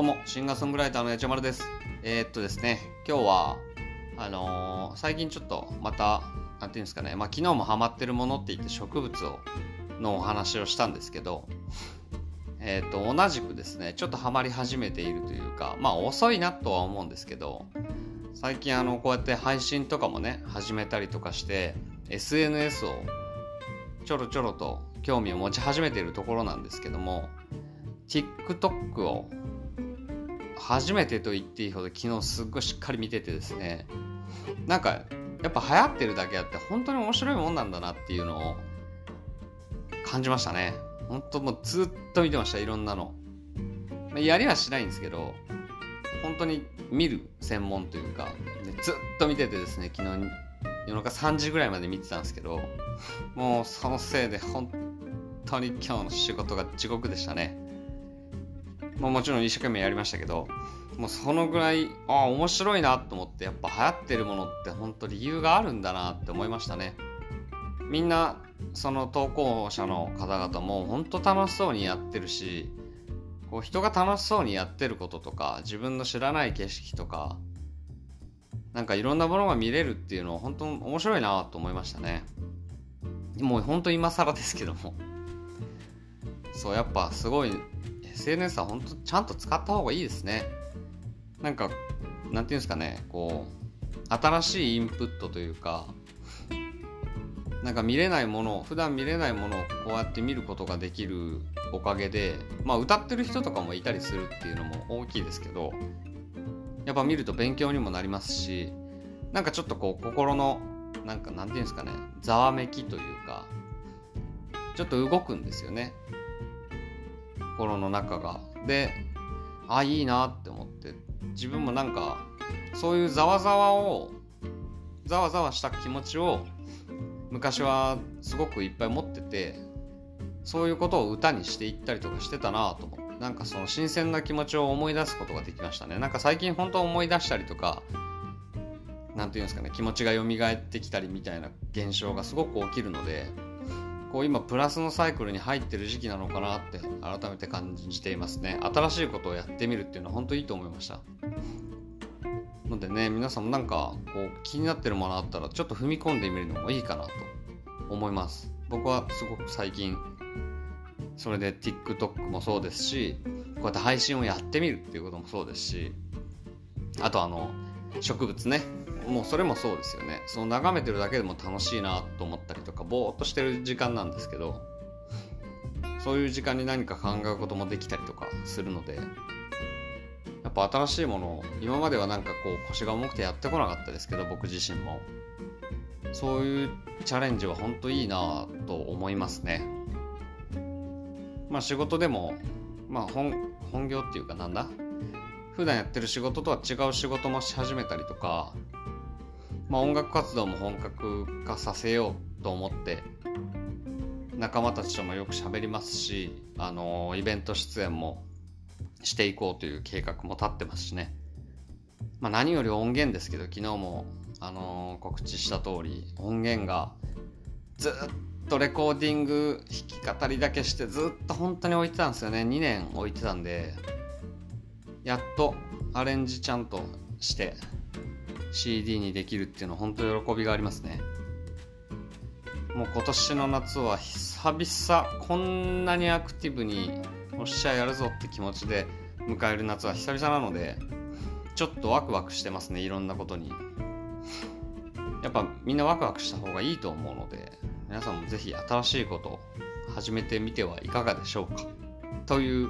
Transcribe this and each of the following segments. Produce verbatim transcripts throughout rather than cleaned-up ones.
うもシンガーソングライターのやちゃまるです。えー、っとですね今日はあのー、最近ちょっとまたなんていうんですかね、まあ昨日もハマってるものって言って植物をのお話をしたんですけど、えー、っと同じくですねちょっとハマり始めているというか、まあ遅いなとは思うんですけど、最近あのこうやって配信とかもね始めたりとかして エスエヌエス をちょろちょろと興味を持ち始めているところなんですけども、 TikTok を初めてと言っていいほど昨日すっごいしっかり見ててですね、なんかやっぱ流行ってるだけあって本当に面白いもんなんだなっていうのを感じましたね。本当もうずっと見てました。いろんなのやりはしないんですけど、本当に見る専門というかずっと見ててですね、昨日夜中さんじぐらいまで見てたんですけど、もうそのせいで本当に今日の仕事が地獄でしたね。もうもちろん一生懸命やりましたけど、もうそのぐらいああ面白いなと思って、やっぱ流行ってるものって本当理由があるんだなって思いましたね。みんなその投稿者の方々も本当楽しそうにやってるし、こう人が楽しそうにやってることとか自分の知らない景色とかなんかいろんなものが見れるっていうのは本当面白いなと思いましたね。もう本当今更ですけども、そうやっぱすごい エスエヌエス は本当ちゃんと使った方がいいですね。なんかなんていうんですかね、こう新しいインプットというか、なんか見れないもの、普段見れないものをこうやって見ることができるおかげで、まあ歌ってる人とかもいたりするっていうのも大きいですけど、やっぱ見ると勉強にもなりますし、なんかちょっとこう心のなんかなんていうんですかね、ざわめきというかちょっと動くんですよね、心の中が。で、あいいなって思って、自分もなんかそういうざわざわをざわざわした気持ちを昔はすごくいっぱい持ってて、そういうことを歌にしていったりとかしてたなと思って、なんかその新鮮な気持ちを思い出すことができましたね。なんか最近本当思い出したりとか、なんていうんですかね、気持ちが蘇ってきたりみたいな現象がすごく起きるので、こう今プラスのサイクルに入ってる時期なのかなって改めて感じていますね。新しいことをやってみるっていうのは本当にいいと思いましたのでね、皆さんもなんかこう気になってるものあったらちょっと踏み込んでみるのもいいかなと思います。僕はすごく最近それで TikTok もそうですし、こうやって配信をやってみるっていうこともそうですし、あとあの植物ね、もうそれもそうですよね。その眺めてるだけでも楽しいなと思ったりとか、ぼーっとしてる時間なんですけど、そういう時間に何か考えることもできたりとかするので、やっぱ新しいものを今まではなんかこう腰が重くてやってこなかったですけど、僕自身もそういうチャレンジは本当いいなと思いますね。まあ仕事でも、まあ 本, 本業っていうかなんだ普段やってる仕事とは違う仕事もし始めたりとか、まあ音楽活動も本格化させようと思って仲間たちともよく喋りますし、あのイベント出演もしていこうという計画も立ってますしね。まあ何より音源ですけど、昨日もあの告知した通り音源がずっとレコーディング弾き語りだけしてずっと本当に置いてたんですよね。にねん置いてたんで、やっとアレンジちゃんとして シーディー にできるっていうのは本当に喜びがありますね。もう今年の夏は久々こんなにアクティブにおっしゃやるぞって気持ちで迎える夏は久々なので、ちょっとワクワクしてますね。いろんなことにやっぱみんなワクワクした方がいいと思うので、皆さんもぜひ新しいことを始めてみてはいかがでしょうかという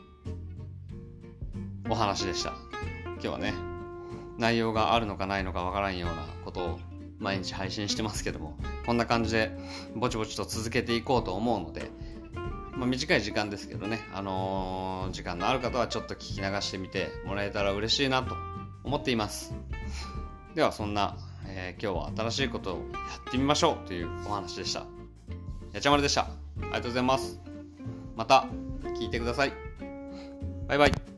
お話でした。今日はね、内容があるのかないのかわからんようなことを毎日配信してますけども、こんな感じでぼちぼちと続けていこうと思うので、まあ、短い時間ですけどね、あのー、時間のある方はちょっと聞き流してみてもらえたら嬉しいなと思っています。ではそんな、えー、今日は新しいことをやってみましょうというお話でした。やちゃまるでした。ありがとうございます。また聞いてください。バイバイ。